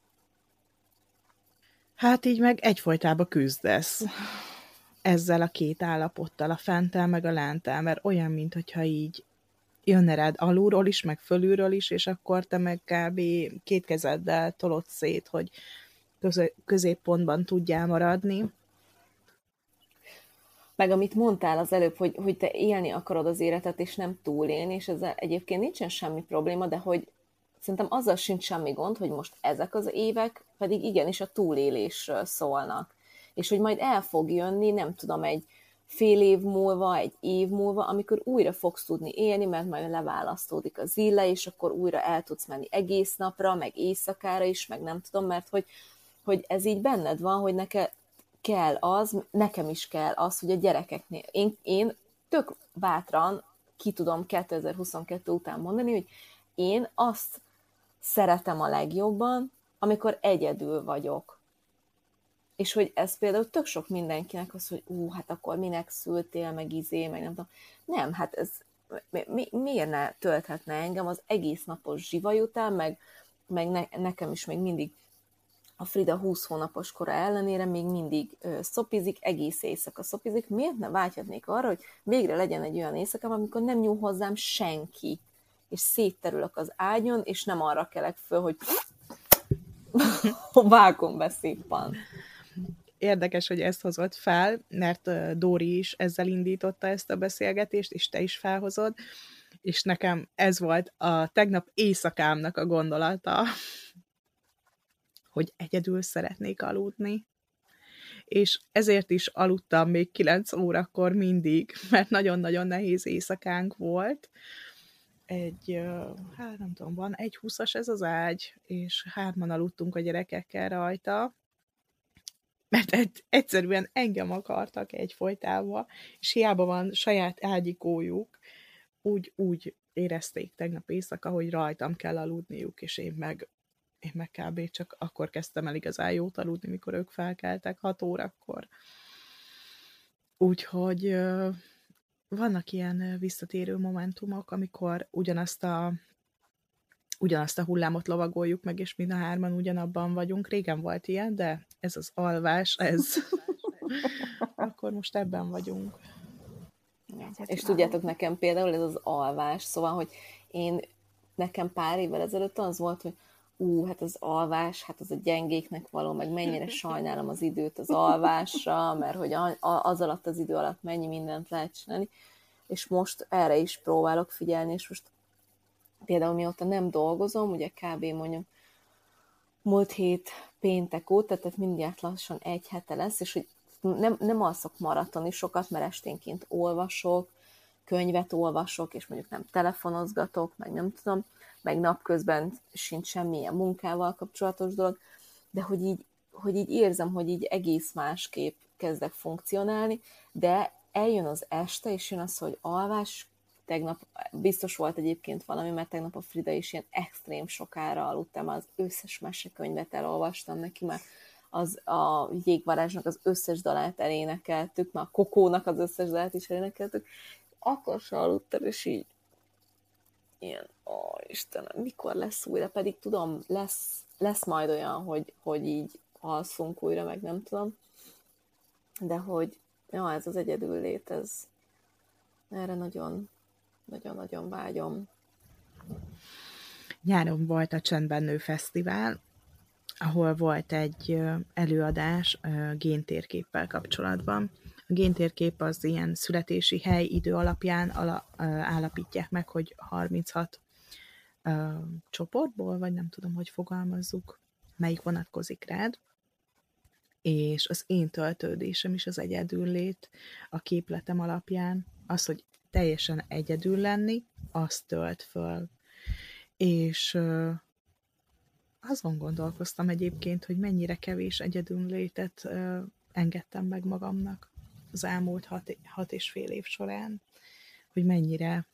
Hát így meg egyfolytában küzdesz ezzel a 2 állapottal, a fenttel meg a lenttel, mert olyan, mintha így jönne rád alulról is, meg fölülről is, és akkor te meg kb. 2 kezeddel tolod szét, hogy középpontban tudjál maradni. Meg amit mondtál az előbb, hogy te élni akarod az életet, és nem túlélni, és ezzel egyébként nincsen semmi probléma, de hogy szerintem azzal sincs semmi gond, hogy most ezek az évek pedig igenis a túlélésről szólnak. És hogy majd el fog jönni, nem tudom, egy fél év múlva, egy év múlva, amikor újra fogsz tudni élni, mert majd leválasztódik az ille, és akkor újra el tudsz menni egész napra, meg éjszakára is, meg nem tudom, mert hogy ez így benned van, hogy nekem is kell az, hogy a gyerekeknél, én tök bátran ki tudom 2022 után mondani, hogy én azt szeretem a legjobban, amikor egyedül vagyok. És hogy ez például tök sok mindenkinek az, hogy hát akkor minek szültél, meg meg nem tudom. Nem, hát ez miért ne tölthetne engem az egész napos zsivaj után, meg nekem is még mindig a Frida 20 hónapos kora ellenére még mindig szopizik, egész éjszaka szopizik, miért ne vágyhatnék arra, hogy végre legyen egy olyan éjszakám, amikor nem nyúl hozzám senki, és szétterülök az ágyon, és nem arra kelek föl, hogy vágom be szépen. Érdekes, hogy ezt hozott fel, mert Dóri is ezzel indította ezt a beszélgetést, és te is felhozod, és nekem ez volt a tegnap éjszakámnak a gondolata, hogy egyedül szeretnék aludni. És ezért is aludtam még 9 órakor mindig, mert nagyon-nagyon nehéz éjszakánk volt. Hát nem tudom, van 1,20-as ez az ágy, és 3-an aludtunk a gyerekekkel rajta, mert egyszerűen engem akartak egyfolytában, és hiába van saját ágyikójuk, úgy érezték tegnap éjszaka, hogy rajtam kell aludniuk, és én meg kb. Csak akkor kezdtem el igazán jót aludni, mikor ők felkeltek 6 órakor. Úgyhogy vannak ilyen visszatérő momentumok, amikor ugyanazt a hullámot lovagoljuk meg, és mind a 3-an ugyanabban vagyunk. Régen volt ilyen, de ez az alvás, akkor most ebben vagyunk. És tudjátok, nekem például ez az alvás, szóval, hogy nekem pár évvel ezelőtt az volt, hogy hát az alvás, hát az a gyengéknek való, meg mennyire sajnálom az időt az alvásra, mert hogy az alatt az idő alatt mennyi mindent lehet csinálni, és most erre is próbálok figyelni, és most például mióta nem dolgozom, ugye kb. Mondjuk múlt hét péntek óta, tehát mindjárt lassan 1 hete lesz, és hogy nem alszok maratoni sokat, mert esténként olvasok, könyvet olvasok, és mondjuk nem telefonozgatok, meg nem tudom, meg napközben sincs semmilyen munkával kapcsolatos dolog, de hogy így érzem, hogy így egész másképp kezdek funkcionálni, de eljön az este, és jön az, hogy alvás. Tegnap biztos volt egyébként valami, mert tegnap a Frida is ilyen extrém sokára aludtam, az összes mesekönyvet elolvastam neki, mert a Jégvarázsnak az összes dalát elénekeltük, már a Kokónak az összes dalát is elénekeltük, akkor se aludtam, és így ilyen, Istenem, mikor lesz újra, pedig tudom, lesz majd olyan, hogy így alszunk újra, meg nem tudom, de hogy ez az egyedül lét, erre nagyon-nagyon vágyom. Nyáron volt a Csendben Nő Fesztivál, ahol volt egy előadás géntérképpel kapcsolatban. A géntérkép az ilyen születési hely, idő alapján állapítják meg, hogy 36 csoportból, vagy nem tudom, hogy fogalmazzuk, melyik vonatkozik rád, és az én töltődésem is az egyedüllét a képletem alapján, az, hogy teljesen egyedül lenni, azt tölt föl. És azon gondolkoztam egyébként, hogy mennyire kevés egyedüllétet engedtem meg magamnak az elmúlt 6,5 év során, hogy mennyire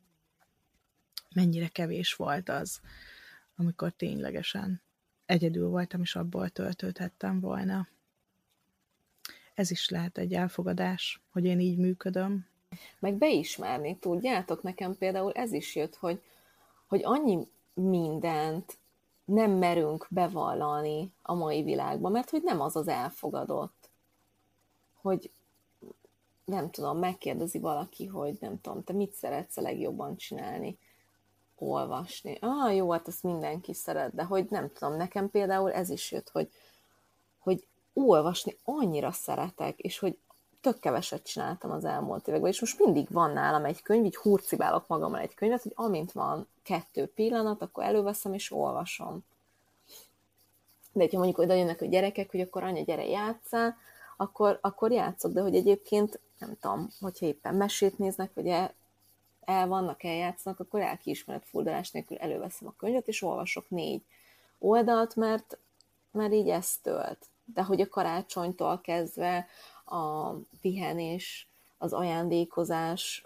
kevés volt az, amikor ténylegesen egyedül voltam, és abból töltődhettem volna. Ez is lehet egy elfogadás, hogy én így működöm. Meg beismerni, tudjátok, nekem például ez is jött, hogy annyi mindent nem merünk bevallani a mai világban, mert hogy nem az elfogadott. Hogy nem tudom, megkérdezi valaki, hogy nem tudom, te mit szeretsz a legjobban csinálni? Olvasni. Jó, hát ezt mindenki szeret, de hogy nem tudom, nekem például ez is jött, hogy olvasni annyira szeretek, és hogy tök keveset csináltam az elmúlt években, és most mindig van nálam egy könyv, így hurcibálok magammal egy könyvet, hogy amint van 2 pillanat, akkor előveszem és olvasom. De hogyha mondjuk oda jönnek a gyerekek, hogy akkor anya, gyere játsszál, akkor játszok, de hogy egyébként nem tudom, hogyha éppen mesét néznek, vagy el vannak, eljátszanak, akkor lelkiismeret furdalás nélkül előveszem a könyvet, és olvasok 4 oldalt, mert így ez tölt. De hogy a karácsonytól kezdve a pihenés, az ajándékozás,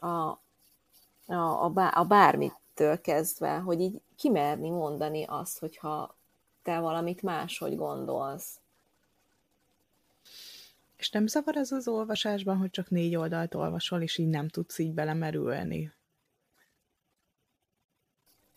a bármitől kezdve, hogy így kimerni mondani azt, hogyha te valamit máshogy gondolsz. És nem zavar az olvasásban, hogy csak 4 oldalt olvasol, és így nem tudsz így belemerülni?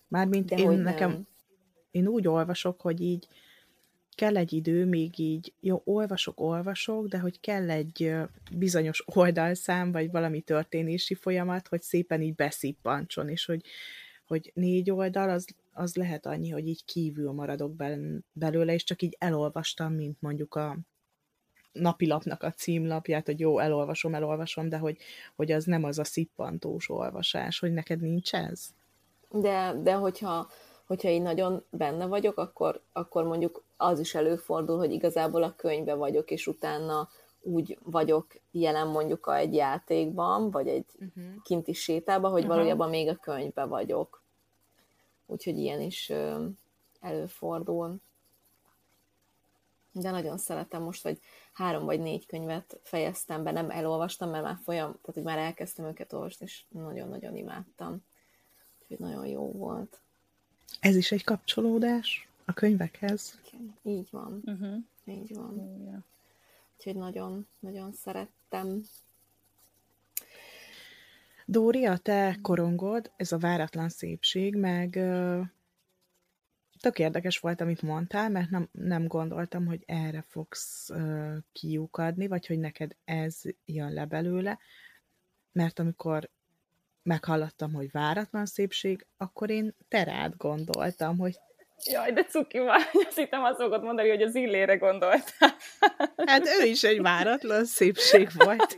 Mármint én úgy olvasok, hogy így kell egy idő, még így, jó, olvasok, de hogy kell egy bizonyos oldalszám, vagy valami történési folyamat, hogy szépen így beszippancson, és hogy 4 oldal, az lehet annyi, hogy így kívül maradok belőle, és csak így elolvastam, mint mondjuk a napilapnak a címlapját, hogy jó, elolvasom, de hogy az nem az a szippantós olvasás, hogy neked nincs ez? De hogyha én nagyon benne vagyok, akkor mondjuk az is előfordul, hogy igazából a könyvbe vagyok, és utána úgy vagyok jelen mondjuk egy játékban, vagy egy kinti sétában, hogy valójában még a könyvbe vagyok. Úgyhogy ilyen is előfordul. De nagyon szeretem most, hogy 3 vagy 4 könyvet fejeztem be, nem elolvastam, mert tehát hogy már elkezdtem őket olvasni, és nagyon-nagyon imádtam. Úgyhogy nagyon jó volt. Ez is egy kapcsolódás a könyvekhez? Így van. Így van. Úgyhogy nagyon-nagyon szerettem. Dóri, a te korongod, ez a váratlan szépség, meg tök érdekes volt, amit mondtál, mert nem gondoltam, hogy erre fogsz kiukadni, vagy hogy neked ez jön le belőle, mert amikor meghallottam, hogy váratlan szépség, akkor én te rád gondoltam, hogy... Jaj, de cuki vagy, azt hittem azt fogod mondani, hogy az Illére gondoltál. Hát ő is egy váratlan szépség volt.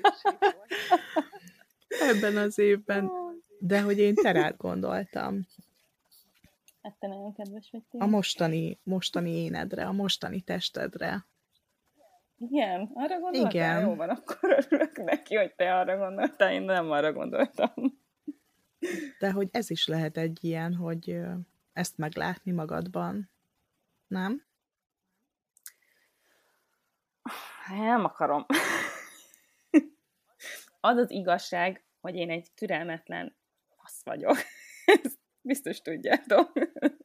Ebben az évben. De hogy én te rád gondoltam. Hát te nagyon kedves vagy A mostani énedre, a mostani testedre. Igen, arra gondoltál? Igen. Jó van, akkor örülök neki, hogy te arra gondoltál, én nem arra gondoltam. De hogy ez is lehet egy ilyen, hogy ezt meglátni magadban. Nem? Nem akarom. Az az igazság, hogy én egy türelmetlen fasz vagyok. Ezt biztos tudjátok.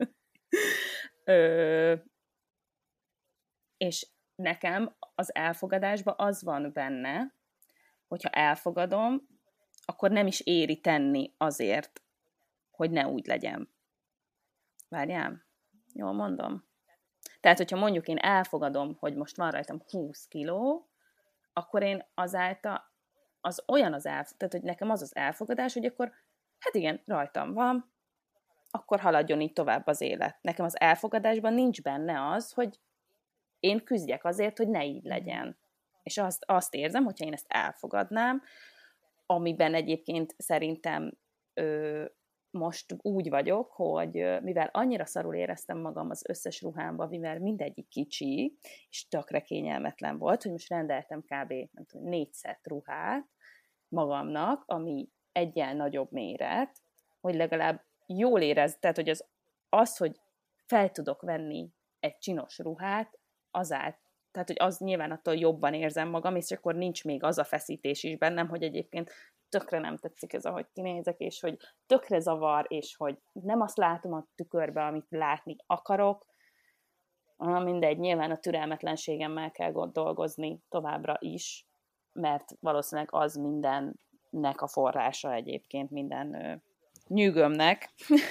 És nekem az elfogadásban az van benne, hogyha elfogadom, akkor nem is éri tenni azért, hogy ne úgy legyen. Várjál? Jól mondom? Tehát, hogyha mondjuk én elfogadom, hogy most van rajtam 20 kiló, akkor én azáltal tehát, hogy nekem az elfogadás, hogy akkor, hát igen, rajtam van, akkor haladjon így tovább az élet. Nekem az elfogadásban nincs benne az, hogy én küzdjek azért, hogy ne így legyen. És azt érzem, hogyha én ezt elfogadnám, amiben egyébként szerintem most úgy vagyok, hogy mivel annyira szarul éreztem magam az összes ruhámba, mivel mindegyik kicsi, és tökre kényelmetlen volt, hogy most rendeltem kb. 4 szett ruhát magamnak, ami egyen nagyobb méret, hogy legalább jól érez, tehát hogy az, hogy fel tudok venni egy csinos ruhát, tehát hogy az nyilván attól jobban érzem magam, és akkor nincs még az a feszítés is bennem, hogy egyébként tökre nem tetszik ez, ahogy kinézek, és hogy tökre zavar, és hogy nem azt látom a tükörbe, amit látni akarok. Mindegy, nyilván a türelmetlenségemmel kell dolgozni továbbra is, mert valószínűleg az mindennek a forrása egyébként, minden nyűgömnek.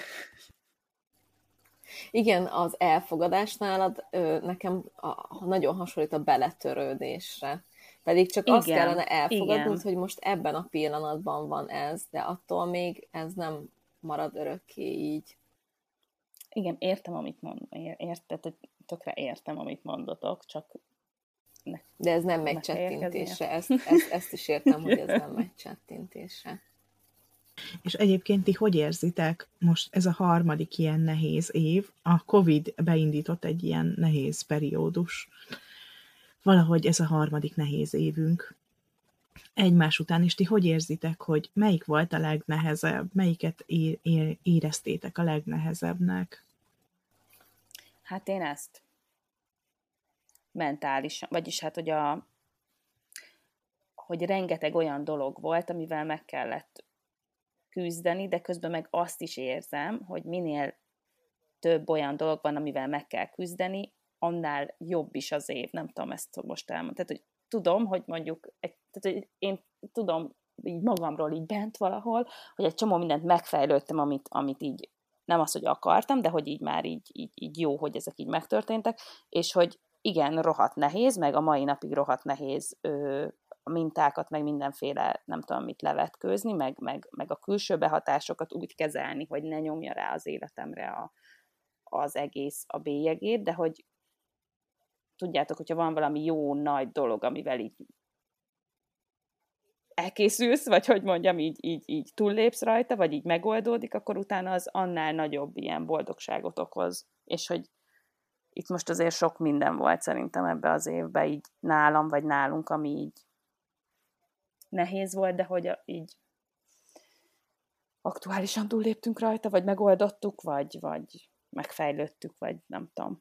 Igen, az elfogadás nálad nekem nagyon hasonlít a beletörődésre. Pedig csak azt kellene elfogadnod, hogy most ebben a pillanatban van ez, de attól még ez nem marad örökké így. Igen, értem, amit tökre értem, amit mondotok, csak... De ez nem megy csettintésre, ezt is értem, hogy ez nem megy csettintésre. És egyébként ti hogy érzitek, most ez a 3. ilyen nehéz év, a Covid beindított egy ilyen nehéz periódus, valahogy ez a 3. nehéz évünk egymás után, és ti hogy érzitek, hogy melyik volt a legnehezebb, melyiket éreztétek a legnehezebbnek? Hát én ezt mentálisan, vagyis hát, hogy rengeteg olyan dolog volt, amivel meg kellett küzdeni, de közben meg azt is érzem, hogy minél több olyan dolog van, amivel meg kell küzdeni, annál jobb is az év. Nem tudom ezt most elmondani. Tehát, hogy tudom, hogy mondjuk, tehát, hogy én tudom így magamról így bent valahol, hogy egy csomó mindent megfejlődtem, amit így nem az, hogy akartam, de hogy így már így jó, hogy ezek így megtörténtek, és hogy igen, rohadt nehéz, meg a mai napig rohadt nehéz a mintákat, meg mindenféle, nem tudom mit levetkőzni, meg a külső behatásokat úgy kezelni, hogy ne nyomja rá az életemre az egész a bélyegét, de hogy tudjátok, hogyha van valami jó nagy dolog, amivel így elkészülsz, vagy hogy mondjam, így túllépsz rajta, vagy így megoldódik, akkor utána az annál nagyobb ilyen boldogságot okoz. És hogy itt most azért sok minden volt szerintem ebbe az évben így nálam, vagy nálunk, ami így nehéz volt, de hogy így aktuálisan túlléptünk rajta, vagy megoldottuk, vagy megfejlődtük, vagy nem tudom.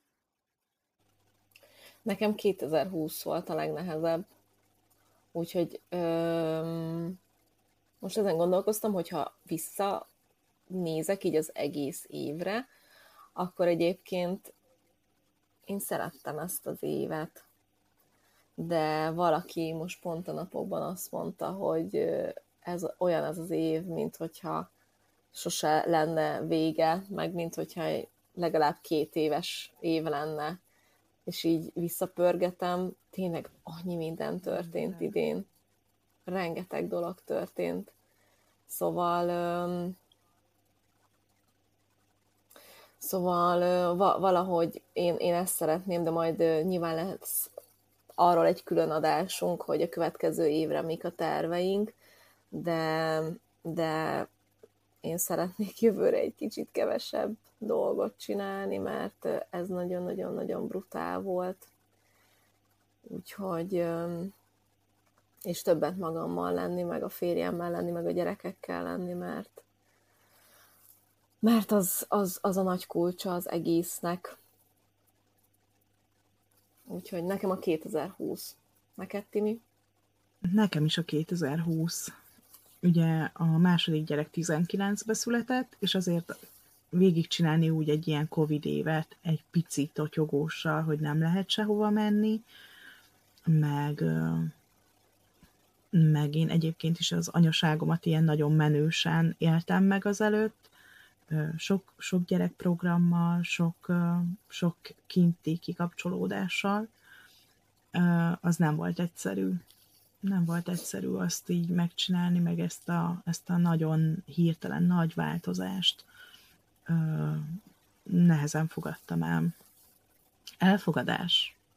Nekem 2020 volt a legnehezebb. Úgyhogy most ezen gondolkoztam, hogyha visszanézek így az egész évre, akkor egyébként én szerettem ezt az évet. De valaki most pont a napokban azt mondta, hogy ez az év, mint hogyha sose lenne vége, meg mint hogyha legalább 2 éves év lenne. És így visszapörgetem, tényleg annyi minden történt idén. Rengeteg dolog történt. Szóval valahogy én ezt szeretném, de majd nyilván lehet arról egy külön adásunk, hogy a következő évre mik a terveink, de én szeretnék jövőre egy kicsit kevesebb dolgot csinálni, mert ez nagyon-nagyon-nagyon brutál volt. Úgyhogy, és többet magammal lenni, meg a férjemmel lenni, meg a gyerekekkel lenni, mert az a nagy kulcsa az egésznek. Úgyhogy nekem a 2020. Neked, Timi? Nekem is a 2020. Ugye a második gyerek 19-be született, és azért végigcsinálni úgy egy ilyen Covid évet egy picit totyogóssal, hogy nem lehet sehova menni, meg én egyébként is az anyaságomat ilyen nagyon menősen éltem meg azelőtt, sok gyerekprogrammal, sok kinti kikapcsolódással, az nem volt egyszerű. Nem volt egyszerű azt így megcsinálni, meg ezt a nagyon hirtelen nagy változást nehezen fogadtam el. Elfogadás.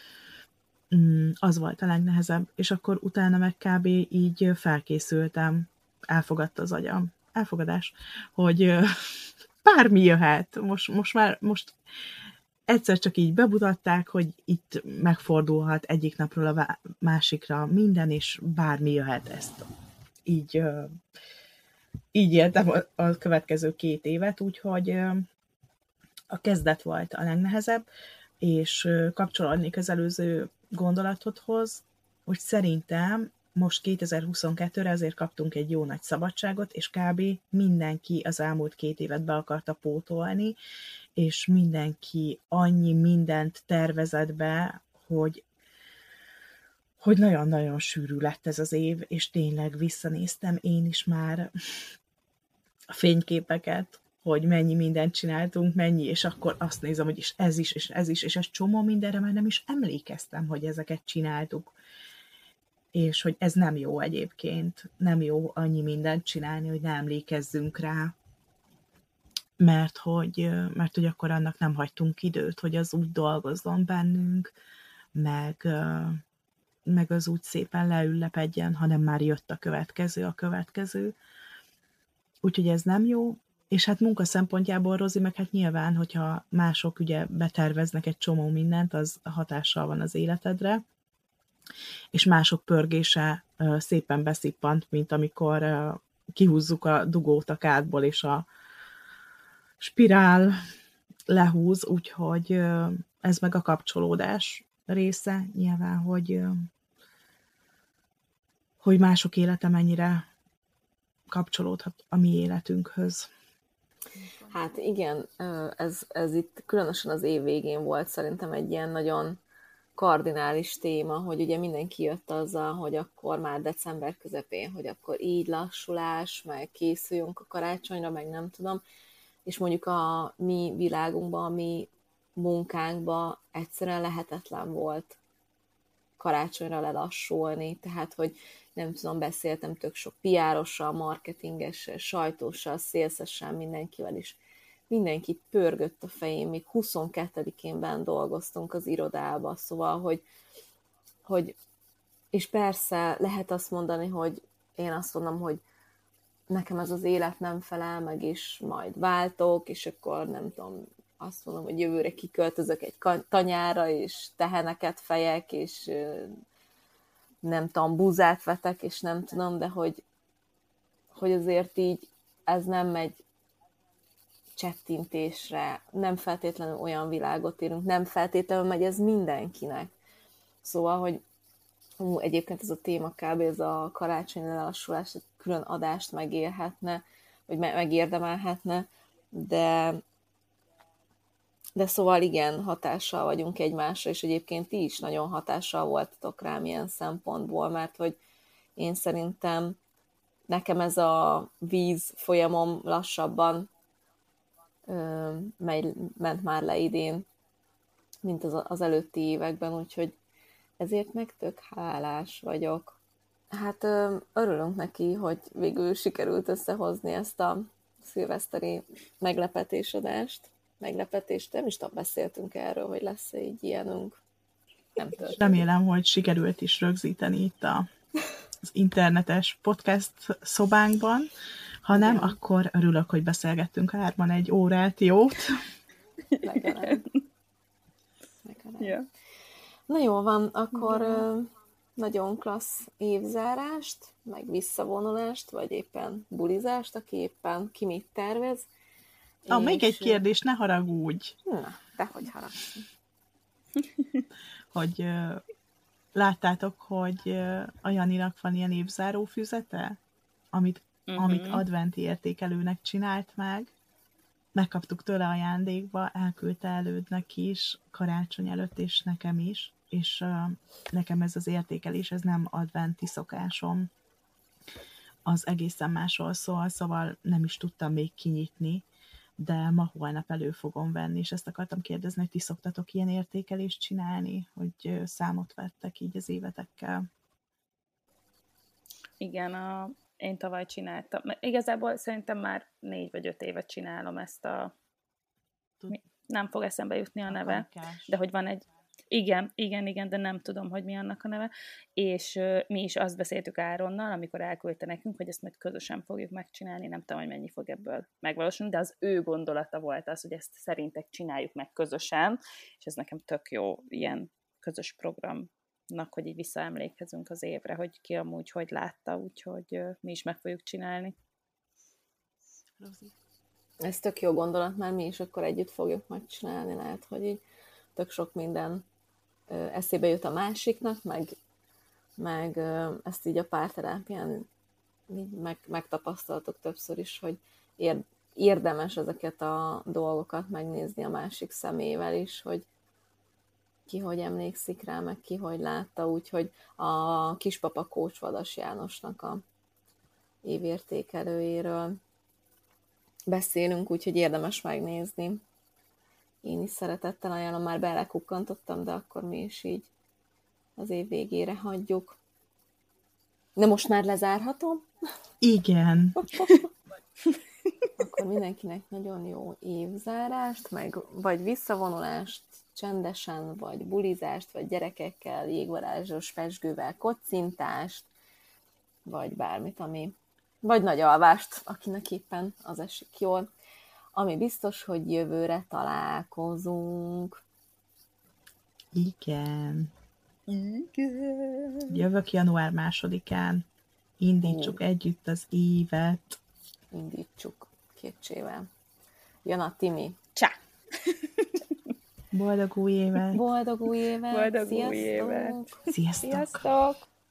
Az volt a legnehezebb, és akkor utána meg kb. Így felkészültem, elfogadta az agyam. Elfogadás, hogy bármi jöhet. Most egyszer csak így bemutatták, hogy itt megfordulhat egyik napról a másikra minden, és bármi jöhet ezt. Így éltem a következő 2 évet, úgyhogy a kezdet volt a legnehezebb, és kapcsolódnék az előző gondolatodhoz, hogy szerintem most 2022-re azért kaptunk egy jó nagy szabadságot, és kb. Mindenki az elmúlt 2 évet be akarta pótolni, és mindenki annyi mindent tervezett be, hogy nagyon-nagyon sűrű lett ez az év, és tényleg visszanéztem én is már a fényképeket, hogy mennyi mindent csináltunk, mennyi, és akkor azt nézem, hogy és ez is, és ez csomó mindenre már nem is emlékeztem, hogy ezeket csináltuk. És hogy ez nem jó egyébként, nem jó annyi mindent csinálni, hogy ne emlékezzünk rá, mert hogy akkor annak nem hagytunk időt, hogy az úgy dolgozzon bennünk, meg az úgy szépen leüllepedjen, hanem már jött a következő. Úgyhogy ez nem jó, és hát munka szempontjából, Rozi, meg hát nyilván, hogyha mások ugye beterveznek egy csomó mindent, az hatással van az életedre, és mások pörgése szépen beszippant, mint amikor kihúzzuk a dugót a kádból, és a spirál lehúz, úgyhogy ez meg a kapcsolódás része nyilván, hogy mások élete mennyire kapcsolódhat a mi életünkhöz. Hát igen, ez itt különösen az év végén volt szerintem egy ilyen nagyon kardinális téma, hogy ugye mindenki jött azzal, hogy akkor már december közepén, hogy akkor így lassulás, meg készüljünk a karácsonyra, meg nem tudom, és mondjuk a mi világunkban, a mi munkánkban egyszerűen lehetetlen volt karácsonyra lelassulni, tehát, hogy nem tudom, beszéltem tök sok PR-ossal, marketingessel, sajtóssal, szélszessel, mindenkivel is. Mindenki pörgött a fején, még 22-én benn dolgoztunk az irodába, szóval, hogy és persze lehet azt mondani, hogy én azt mondom, hogy nekem ez az élet nem felel meg, és majd váltok, és akkor nem tudom, azt mondom, hogy jövőre kiköltözök egy tanyára, és teheneket fejek, és nem tudom, búzát vetek, és nem tudom, de hogy azért így ez nem megy csettintésre, nem feltétlenül olyan világot élünk, nem feltétlenül megy ez mindenkinek. Szóval, hogy egyébként ez a téma kb. Ez a karácsonyi lelassulás külön adást megélhetne, vagy megérdemelhetne, de szóval igen, hatással vagyunk egymásra, és egyébként ti is nagyon hatással voltatok rám ilyen szempontból, mert hogy én szerintem nekem ez a víz folyamom lassabban ment már le idén, mint az előtti években, úgyhogy ezért meg tök hálás vagyok. Hát örülünk neki, hogy végül sikerült összehozni ezt a szilveszteri meglepetésadást. Meglepetést, nem is beszéltünk erről, hogy lesz-e így ilyenünk. Nem történt. Remélem, hogy sikerült is rögzíteni itt az internetes podcast szobánkban. Ha nem, akkor örülök, hogy beszélgettünk 3 egy órát, jót. Legalább. Yeah. Na jól van, akkor nagyon klassz évzárást, meg visszavonulást, vagy éppen bulizást, aki éppen ki mit tervez. Még egy kérdés, ne haragudj. Na, dehogy haragszom. Hogy láttátok, hogy a Janinak van ilyen évzáró füzete, amit adventi értékelőnek csinált meg. Megkaptuk tőle ajándékba, elküldte elődnek is, karácsony előtt, és nekem is. És nekem ez az értékelés, ez nem adventi szokásom. Az egészen másról szól, szóval nem is tudtam még kinyitni, de ma holnap elő fogom venni, és ezt akartam kérdezni, hogy ti szoktatok ilyen értékelést csinálni, hogy számot vettek így az évetekkel? Igen, én tavaly csináltam. Igazából szerintem már 4 vagy 5 évet csinálom ezt nem fog eszembe jutni a neve, de hogy van egy... Igen, de nem tudom, hogy mi annak a neve, és mi is azt beszéltük Áronnal, amikor elküldte nekünk, hogy ezt majd közösen fogjuk megcsinálni, nem tudom, hogy mennyi fog ebből megvalósulni, de az ő gondolata volt az, hogy ezt szerintek csináljuk meg közösen, és ez nekem tök jó ilyen közös programnak, hogy így visszaemlékezünk az évre, hogy ki amúgy hogy látta, úgyhogy mi is meg fogjuk csinálni. Ez tök jó gondolat, mert mi is akkor együtt fogjuk megcsinálni, lehet, hogy így tök sok minden eszébe jut a másiknak, meg ezt így a párterápián megtapasztaltok többször is, hogy érdemes ezeket a dolgokat megnézni a másik szemével is, hogy ki hogy emlékszik rá, meg ki hogy látta, úgyhogy a kispapa Kócs Vadas Jánosnak a évértékelőjéről beszélünk, úgyhogy érdemes megnézni. Én is szeretettel ajánlom, már belekukkantottam, de akkor mi is így az év végére hagyjuk. De most már lezárhatom? Igen. Akkor mindenkinek nagyon jó évzárást, meg vagy visszavonulást csendesen, vagy bulizást, vagy gyerekekkel, jégvarázsos pezsgővel kocintást, vagy bármit, vagy nagy alvást, akinek éppen az esik jól. Ami biztos, hogy jövőre találkozunk. Igen. Jövök január 2-án. Indítsuk együtt az évet. Indítsuk 2 csével. Jön a Timi. Csá! Boldog új évet! Boldog új évet! Boldog Sziasztok! új évet! Sziasztok! Sziasztok!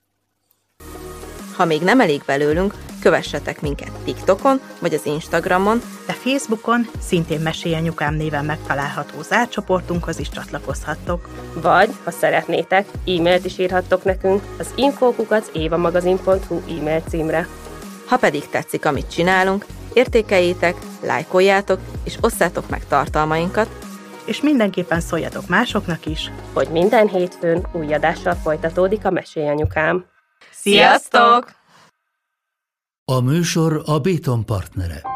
Ha még nem elég belőlünk, kövessetek minket TikTokon vagy az Instagramon, de Facebookon szintén Mesélj Anyukám néven megtalálható zárt csoportunkhoz is csatlakozhattok. Vagy, ha szeretnétek, e-mailt is írhattok nekünk az info@évamagazin.hu e-mail címre. ha pedig tetszik, amit csinálunk, értékeljétek, lájkoljátok és osszátok meg tartalmainkat, És mindenképpen szóljatok másoknak is. Hogy minden hétfőn új adással folytatódik a Mesélyanyukám. Sziasztok! A műsor a Béton partnere.